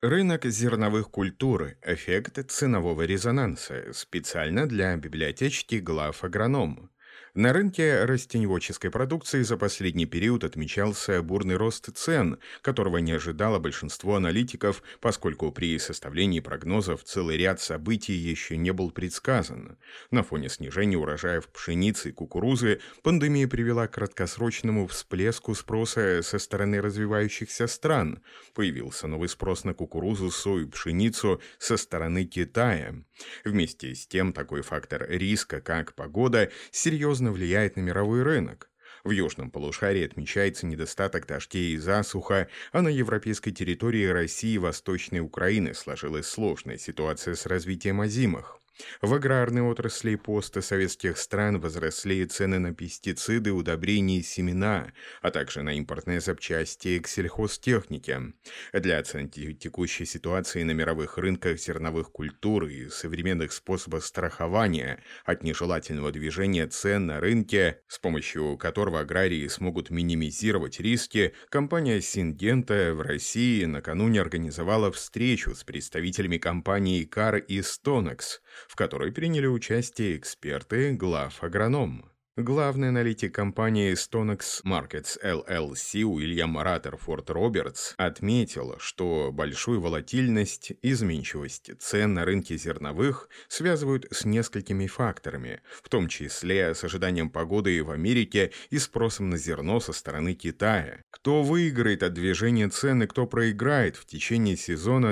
Рынок зерновых культур. Эффект ценового резонанса. Специально для библиотечки глав агроном. На рынке растеневодческой продукции за последний период отмечался бурный рост цен, которого не ожидало большинство аналитиков, поскольку при составлении прогнозов целый ряд событий еще не был предсказан. На фоне снижения урожаев пшеницы и кукурузы пандемия привела к краткосрочному всплеску спроса со стороны развивающихся стран. Появился новый спрос на кукурузу, сою и пшеницу со стороны Китая. Вместе с тем, такой фактор риска, как погода, серьезно влияет на мировой рынок. В южном полушарии отмечается недостаток дождей и засуха, а на европейской территории России и Восточной Украины сложилась сложная ситуация с развитием озимых. В аграрной отрасли постсоветских стран возросли цены на пестициды, удобрения и семена, а также на импортные запчасти к сельхозтехнике. Для оценки текущей ситуации на мировых рынках зерновых культур и современных способов страхования от нежелательного движения цен на рынке, с помощью которого аграрии смогут минимизировать риски, компания Syngenta в России накануне организовала встречу с представителями компаний CAR и Stonex, в которой приняли участие эксперты, глав агроном. Главный аналитик компании Stonex Markets LLC Уильям Раттерфорд Робертс отметил, что большую волатильность и изменчивость цен на рынке зерновых связывают с несколькими факторами, в том числе с ожиданием погоды в Америке и спросом на зерно со стороны Китая. Кто выиграет от движения цен и кто проиграет в течение сезона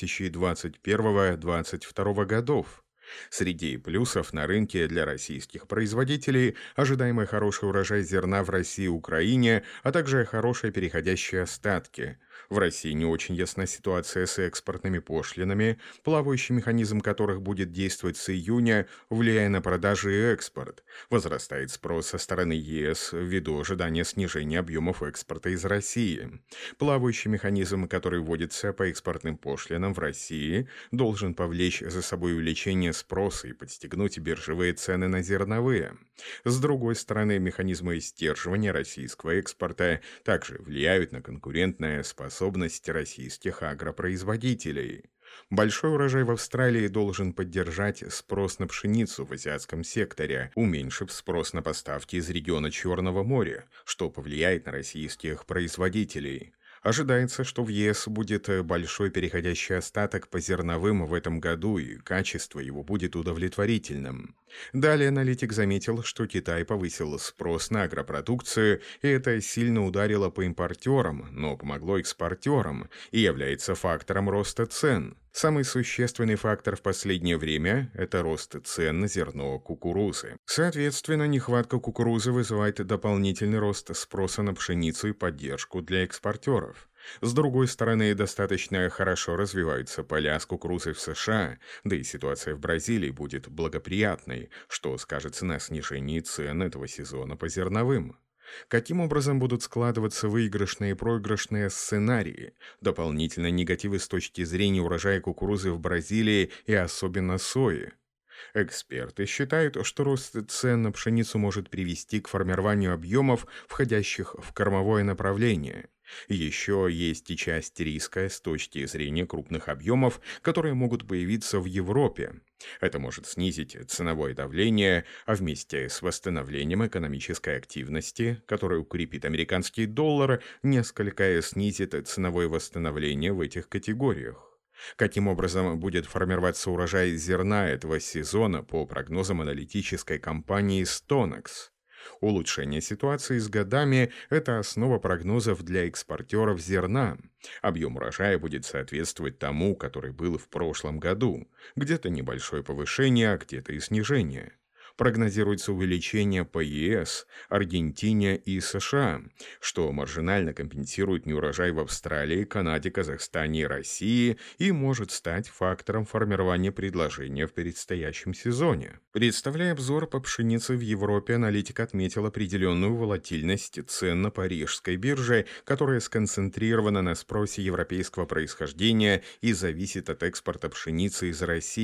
2021-2022 годов? Среди плюсов на рынке для российских производителей ожидаемый хороший урожай зерна в России и Украине, а также хорошие переходящие остатки. В России не очень ясна ситуация с экспортными пошлинами, плавающий механизм которых будет действовать с июня, влияя на продажи и экспорт. Возрастает спрос со стороны ЕС ввиду ожидания снижения объемов экспорта из России. Плавающий механизм, который вводится по экспортным пошлинам в России, должен повлечь за собой увеличение спроса и подстегнуть биржевые цены на зерновые. С другой стороны, механизмы сдерживания российского экспорта также влияют на конкурентную способность российских агропроизводителей. Большой урожай в Австралии должен поддержать спрос на пшеницу в азиатском секторе, уменьшив спрос на поставки из региона Черного моря, что повлияет на российских производителей. Ожидается, что в ЕС будет большой переходящий остаток по зерновым в этом году, и качество его будет удовлетворительным. Далее аналитик заметил, что Китай повысил спрос на агропродукцию, и это сильно ударило по импортерам, но помогло экспортерам и является фактором роста цен. Самый существенный фактор в последнее время – это рост цен на зерно кукурузы. Соответственно, нехватка кукурузы вызывает дополнительный рост спроса на пшеницу и поддержку для экспортеров. С другой стороны, достаточно хорошо развиваются поля с кукурузой в США, да и ситуация в Бразилии будет благоприятной, что скажется на снижении цен этого сезона по зерновым. Каким образом будут складываться выигрышные и проигрышные сценарии? Дополнительно негативы с точки зрения урожая кукурузы в Бразилии и особенно сои. Эксперты считают, что рост цен на пшеницу может привести к формированию объемов, входящих в кормовое направление. Еще есть и часть риска с точки зрения крупных объемов, которые могут появиться в Европе. Это может снизить ценовое давление, а вместе с восстановлением экономической активности, которая укрепит американский доллар, несколько снизит ценовое восстановление в этих категориях. Каким образом будет формироваться урожай зерна этого сезона по прогнозам аналитической компании Stonex? Улучшение ситуации с годами – это основа прогнозов для экспортеров зерна. Объем урожая будет соответствовать тому, который был в прошлом году. Где-то небольшое повышение, а где-то и снижение. Прогнозируется увеличение по ЕС, Аргентине и США, что маржинально компенсирует неурожай в Австралии, Канаде, Казахстане и России и может стать фактором формирования предложения в предстоящем сезоне. Представляя обзор по пшенице в Европе, аналитик отметил определенную волатильность цен на парижской бирже, которая сконцентрирована на спросе европейского происхождения и зависит от экспорта пшеницы из России.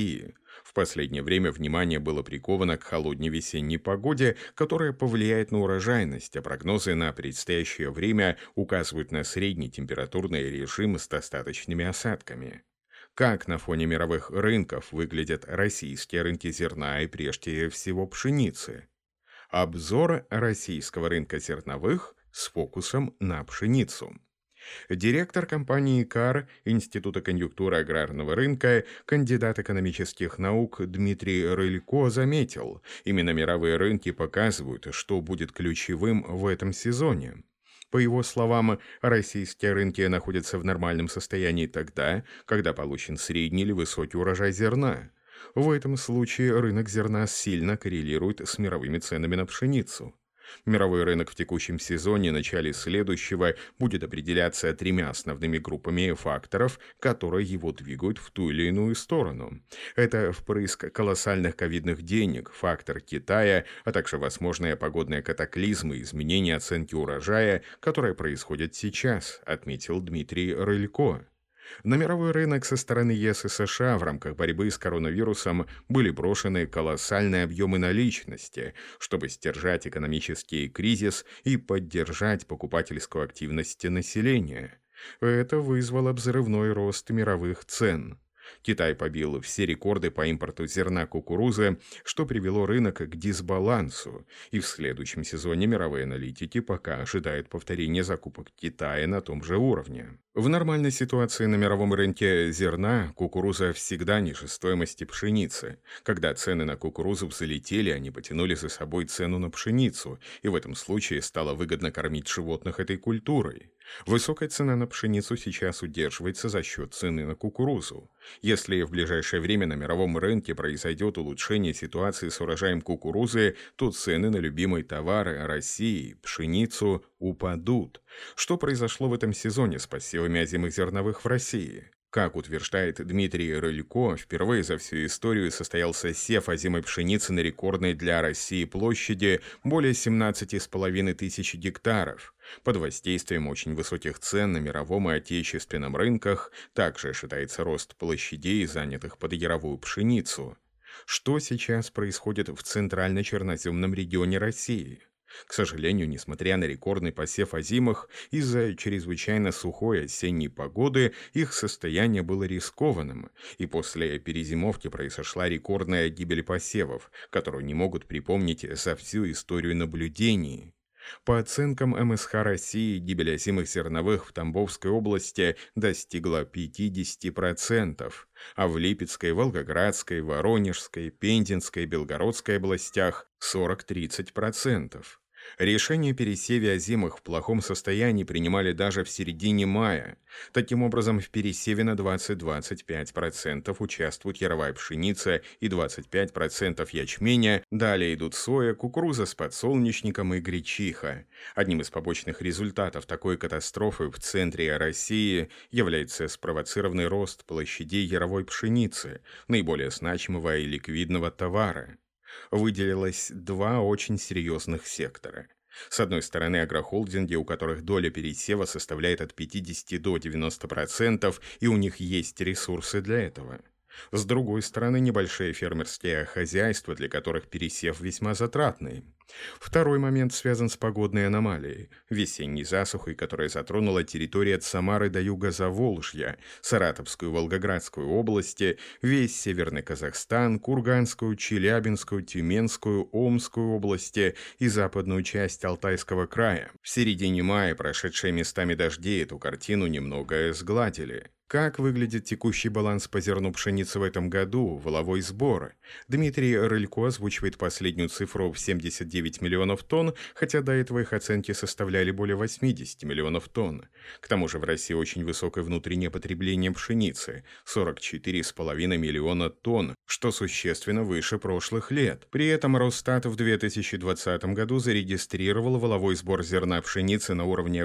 В последнее время внимание было приковано к холодной весенней погоде, которая повлияет на урожайность, а прогнозы на предстоящее время указывают на средний температурный режим с достаточными осадками. Как на фоне мировых рынков выглядят российские рынки зерна и прежде всего пшеницы? Обзор российского рынка зерновых с фокусом на пшеницу. Директор компании КАР Института конъюнктуры аграрного рынка, кандидат экономических наук Дмитрий Рылько заметил, именно мировые рынки показывают, что будет ключевым в этом сезоне. По его словам, российские рынки находятся в нормальном состоянии тогда, когда получен средний или высокий урожай зерна. В этом случае рынок зерна сильно коррелирует с мировыми ценами на пшеницу. Мировой рынок в текущем сезоне, начале следующего, будет определяться тремя основными группами факторов, которые его двигают в ту или иную сторону. Это впрыск колоссальных ковидных денег, фактор Китая, а также возможные погодные катаклизмы и изменения оценки урожая, которые происходят сейчас, отметил Дмитрий Рылько. На мировой рынок со стороны ЕС и США в рамках борьбы с коронавирусом были брошены колоссальные объемы наличности, чтобы сдержать экономический кризис и поддержать покупательскую активность населения. Это вызвало взрывной рост мировых цен. Китай побил все рекорды по импорту зерна кукурузы, что привело рынок к дисбалансу, и в следующем сезоне мировые аналитики пока ожидают повторения закупок Китая на том же уровне. В нормальной ситуации на мировом рынке зерна кукуруза всегда ниже стоимости пшеницы. Когда цены на кукурузу взлетели, они потянули за собой цену на пшеницу, и в этом случае стало выгодно кормить животных этой культурой. Высокая цена на пшеницу сейчас удерживается за счет цены на кукурузу. Если в ближайшее время на мировом рынке произойдет улучшение ситуации с урожаем кукурузы, то цены на любимые товары России, пшеницу, упадут. Что произошло в этом сезоне с посевами озимых зерновых в России? Как утверждает Дмитрий Рылько, впервые за всю историю состоялся сев озимой пшеницы на рекордной для России площади более 17,5 тысяч гектаров. Под воздействием очень высоких цен на мировом и отечественном рынках также ожидается рост площадей, занятых под яровую пшеницу. Что сейчас происходит в центрально-черноземном регионе России? К сожалению, несмотря на рекордный посев озимых, из-за чрезвычайно сухой осенней погоды их состояние было рискованным, и после перезимовки произошла рекордная гибель посевов, которую не могут припомнить за всю историю наблюдений. По оценкам МСХ России, гибель озимых зерновых в Тамбовской области достигла 50%, а в Липецкой, Волгоградской, Воронежской, Пензенской, Белгородской областях 40-30%. Решение о пересеве озимых в плохом состоянии принимали даже в середине мая. Таким образом, в пересеве на 20-25% участвуют яровая пшеница и 25% ячменя, далее идут соя, кукуруза с подсолнечником и гречиха. Одним из побочных результатов такой катастрофы в центре России является спровоцированный рост площадей яровой пшеницы, наиболее значимого и ликвидного товара. Выделилось два очень серьезных сектора. С одной стороны, агрохолдинги, у которых доля пересева составляет от 50 до 90%, и у них есть ресурсы для этого. С другой стороны, небольшие фермерские хозяйства, для которых пересев весьма затратный. Второй момент связан с погодной аномалией, весенней засухой, которая затронула территорию от Самары до юга Заволжья, Саратовскую и Волгоградскую области, весь Северный Казахстан, Курганскую, Челябинскую, Тюменскую, Омскую области и западную часть Алтайского края. В середине мая прошедшие местами дожди эту картину немного сгладили. Как выглядит текущий баланс по зерну пшеницы в этом году, валовой сбор? Дмитрий Рылько озвучивает последнюю цифру в 79 миллионов тонн, хотя до этого их оценки составляли более 80 миллионов тонн. К тому же в России очень высокое внутреннее потребление пшеницы – 44,5 миллиона тонн, что существенно выше прошлых лет. При этом Росстат в 2020 году зарегистрировал валовой сбор зерна пшеницы на уровне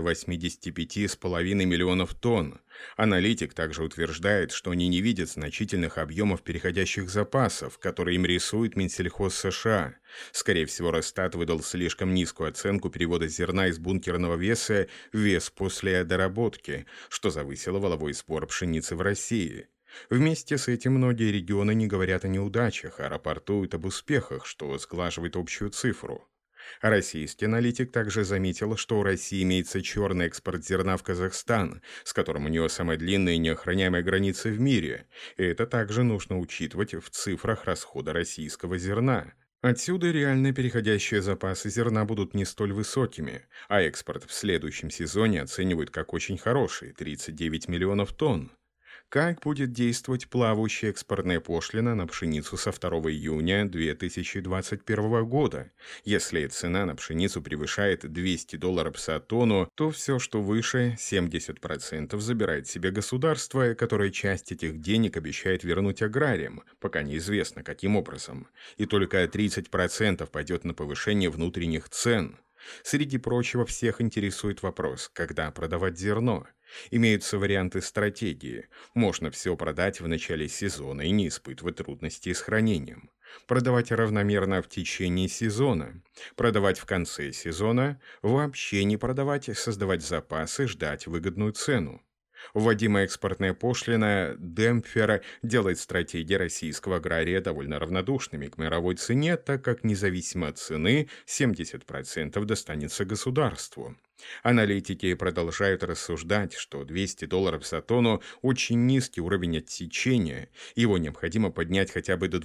85,5 миллионов тонн. Аналитик также утверждает, что они не видят значительных объемов переходящих запасов, которые им рисует Минсельхоз США. Скорее всего, Росстат выдал слишком низкую оценку перевода зерна из бункерного веса в вес после доработки, что завысило валовой сбор пшеницы в России. Вместе с этим многие регионы не говорят о неудачах, а рапортуют об успехах, что сглаживает общую цифру. А российский аналитик также заметил, что у России имеется черный экспорт зерна в Казахстан, с которым у нее самая длинная и неохраняемая граница в мире. И это также нужно учитывать в цифрах расхода российского зерна. Отсюда реально переходящие запасы зерна будут не столь высокими, а экспорт в следующем сезоне оценивают как очень хороший – 39 миллионов тонн. Как будет действовать плавающая экспортная пошлина на пшеницу со 2 июня 2021 года? Если цена на пшеницу превышает $200 за тонну, то все, что выше, 70% забирает себе государство, которое часть этих денег обещает вернуть аграриям, пока неизвестно каким образом. И только 30% пойдет на повышение внутренних цен. Среди прочего, всех интересует вопрос, когда продавать зерно. Имеются варианты стратегии. Можно все продать в начале сезона и не испытывать трудностей с хранением. Продавать равномерно в течение сезона. Продавать в конце сезона. Вообще не продавать, создавать запасы, ждать выгодную цену. Вводимая экспортная пошлина демпфера делает стратегии российского агрария довольно равнодушными к мировой цене, так как независимо от цены 70% достанется государству. Аналитики продолжают рассуждать, что $200 за тонну – очень низкий уровень отсечения, его необходимо поднять хотя бы до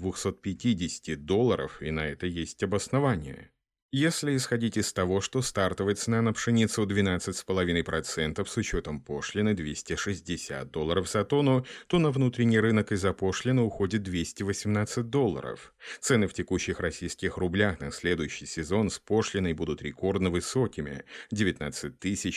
$250, и на это есть обоснование. Если исходить из того, что стартовая цена на пшеницу 12,5% с учетом пошлины $260 за тонну, то на внутренний рынок из-за пошлины уходит $218. Цены в текущих российских рублях на следующий сезон с пошлиной будут рекордно высокими – 19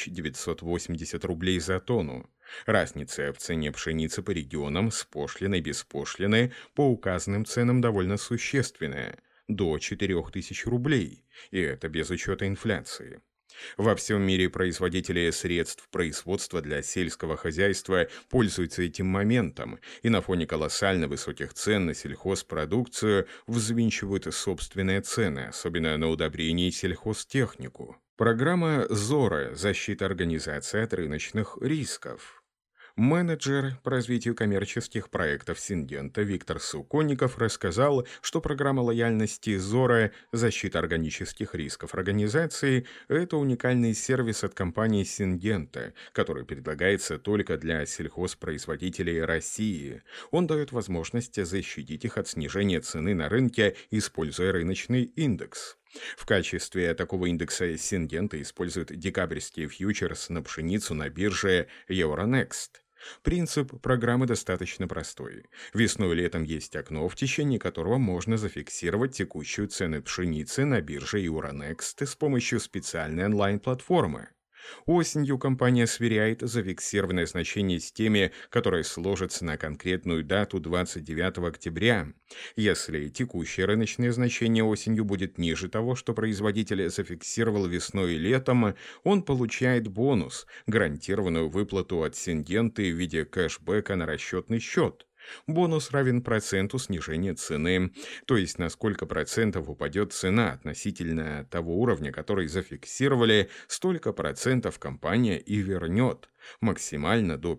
980 рублей за тонну. Разница в цене пшеницы по регионам с пошлиной и без пошлины по указанным ценам довольно существенная – до 4000 рублей, и это без учета инфляции. Во всем мире производители средств производства для сельского хозяйства пользуются этим моментом и на фоне колоссально высоких цен на сельхозпродукцию взвинчивают собственные цены, особенно на удобрения и сельхозтехнику. Программа «Зора. Защита организации от рыночных рисков». Менеджер по развитию коммерческих проектов Сингента Виктор Суконников рассказал, что программа лояльности «Зора. Защита органических рисков организации» – это уникальный сервис от компании Сингента, который предлагается только для сельхозпроизводителей России. Он дает возможность защитить их от снижения цены на рынке, используя рыночный индекс. В качестве такого индекса Сингента используют декабрьские фьючерс на пшеницу на бирже Euronext. Принцип программы достаточно простой. Весной и летом есть окно, в течение которого можно зафиксировать текущую цену пшеницы на бирже Euronext с помощью специальной онлайн-платформы. Осенью компания сверяет зафиксированное значение с теми, которые сложатся на конкретную дату 29 октября. Если текущее рыночное значение осенью будет ниже того, что производитель зафиксировал весной и летом, он получает бонус, гарантированную выплату от Сингента в виде кэшбэка на расчетный счет. Бонус равен проценту снижения цены, то есть на сколько процентов упадет цена относительно того уровня, который зафиксировали, столько процентов компания и вернет, максимально до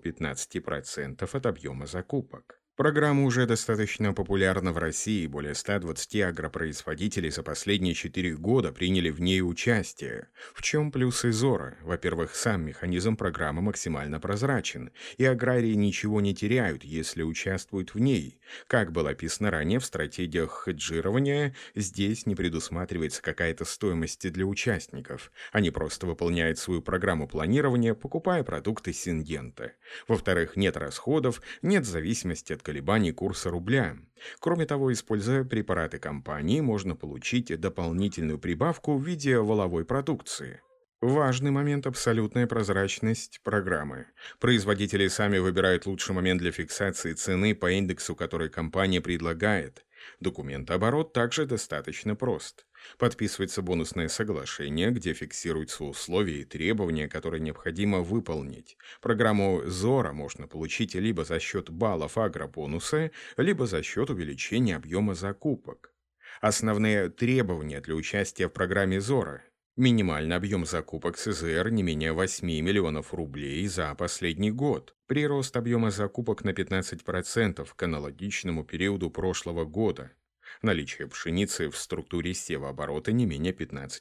15% от объема закупок. Программа уже достаточно популярна в России, более 120 агропроизводителей за последние 4 года приняли в ней участие. В чем плюсы Зора? Во-первых, сам механизм программы максимально прозрачен, и аграрии ничего не теряют, если участвуют в ней. Как было описано ранее в стратегиях хеджирования, здесь не предусматривается какая-то стоимость для участников. Они просто выполняют свою программу планирования, покупая продукты Сингента. Во-вторых, нет расходов, нет зависимости от колебаний курса рубля. Кроме того, используя препараты компании, можно получить дополнительную прибавку в виде валовой продукции. Важный момент – абсолютная прозрачность программы. Производители сами выбирают лучший момент для фиксации цены по индексу, который компания предлагает. Документооборот также достаточно прост. Подписывается бонусное соглашение, где фиксируются условия и требования, которые необходимо выполнить. Программу «Зора» можно получить либо за счет баллов агробонуса, либо за счет увеличения объема закупок. Основные требования для участия в программе «Зора». Минимальный объем закупок СЗР не менее 8 миллионов рублей за последний год. Прирост объема закупок на 15% к аналогичному периоду прошлого года. Наличие пшеницы в структуре севооборота не менее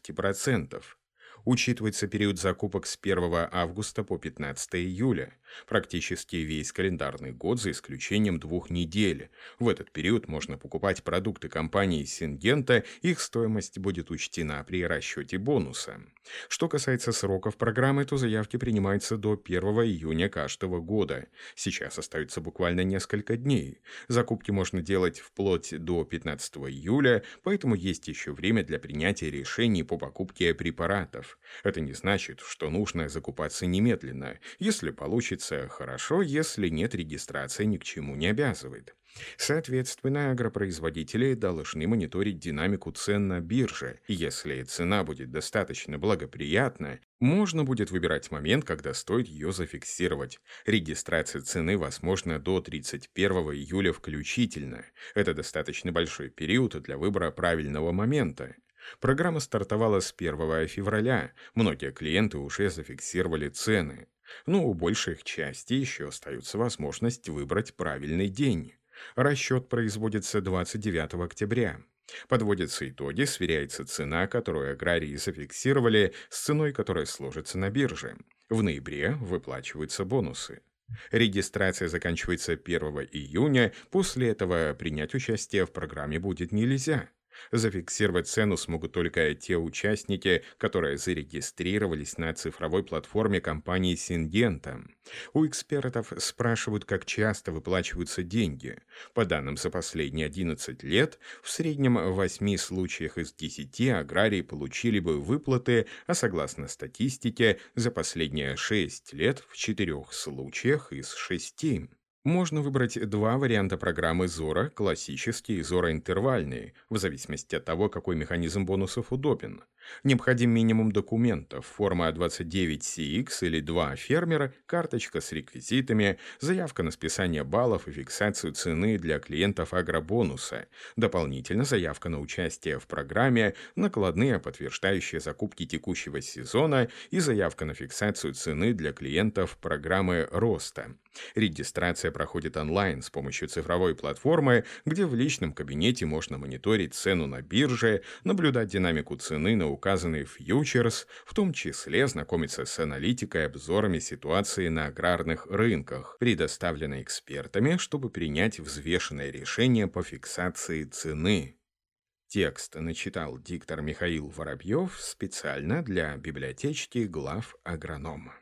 15%. Учитывается период закупок с 1 августа по 15 июля, практически весь календарный год за исключением 2 недель. В этот период можно покупать продукты компании Сингента, их стоимость будет учтена при расчете бонуса. Что касается сроков программы, то заявки принимаются до 1 июня каждого года. Сейчас остается буквально несколько дней. Закупки можно делать вплоть до 15 июля, поэтому есть еще время для принятия решений по покупке препаратов. Это не значит, что нужно закупаться немедленно. Если получится, хорошо, если нет, регистрация ни к чему не обязывает. Соответственно, агропроизводители должны мониторить динамику цен на бирже. Если цена будет достаточно благоприятна, можно будет выбирать момент, когда стоит ее зафиксировать. Регистрация цены возможна до 31 июля включительно. Это достаточно большой период для выбора правильного момента. Программа стартовала с 1 февраля. Многие клиенты уже зафиксировали цены. Но у большей их части еще остается возможность выбрать правильный день. Расчет производится 29 октября. Подводятся итоги, сверяется цена, которую аграрии зафиксировали, с ценой, которая сложится на бирже. В ноябре выплачиваются бонусы. Регистрация заканчивается 1 июня, после этого принять участие в программе будет нельзя. Зафиксировать цену смогут только те участники, которые зарегистрировались на цифровой платформе компании Сингента. У экспертов спрашивают, как часто выплачиваются деньги. По данным за последние 11 лет, в среднем в 8 случаях из 10 аграрии получили бы выплаты, а согласно статистике, за последние 6 лет в 4 случаях из 6. Можно выбрать два варианта программы ЗОРА – классический и ЗОРА-интервальный, в зависимости от того, какой механизм бонусов удобен. Необходим минимум документов, форма 29CX или 2 фермера, карточка с реквизитами, заявка на списание баллов и фиксацию цены для клиентов агробонуса, дополнительно заявка на участие в программе, накладные, подтверждающие закупки текущего сезона и заявка на фиксацию цены для клиентов программы роста. Регистрация проходит онлайн с помощью цифровой платформы, где в личном кабинете можно мониторить цену на бирже, наблюдать динамику цены на указанный фьючерс, в том числе знакомиться с аналитикой и обзорами ситуации на аграрных рынках, предоставленной экспертами, чтобы принять взвешенное решение по фиксации цены. Текст начитал диктор Михаил Воробьев специально для библиотечки глав агронома.